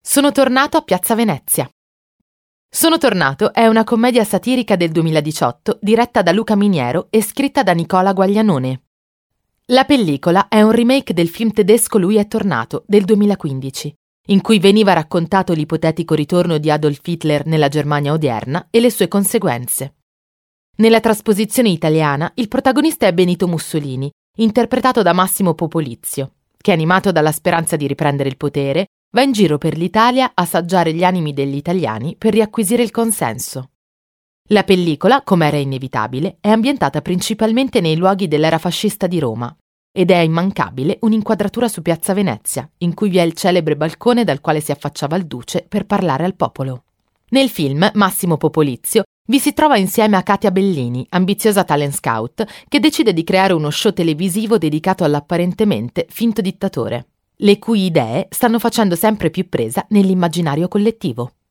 Sono tornato a Piazza Venezia. Sono tornato è una commedia satirica del 2018 diretta da Luca Miniero e scritta da Nicola Guaglianone. La pellicola è un remake del film tedesco Lui è tornato del 2015, in cui veniva raccontato l'ipotetico ritorno di Adolf Hitler nella Germania odierna e le sue conseguenze. Nella trasposizione italiana il protagonista è Benito Mussolini, interpretato da Massimo Popolizio, che, animato dalla speranza di riprendere il potere, va in giro per l'Italia a saggiare gli animi degli italiani per riacquisire il consenso. La pellicola, come era inevitabile, è ambientata principalmente nei luoghi dell'era fascista di Roma ed è immancabile un'inquadratura su Piazza Venezia, in cui vi è il celebre balcone dal quale si affacciava il duce per parlare al popolo. Nel film, Massimo Popolizio vi si trova insieme a Katia Bellini, ambiziosa talent scout, che decide di creare uno show televisivo dedicato all'apparentemente finto dittatore, le cui idee stanno facendo sempre più presa nell'immaginario collettivo.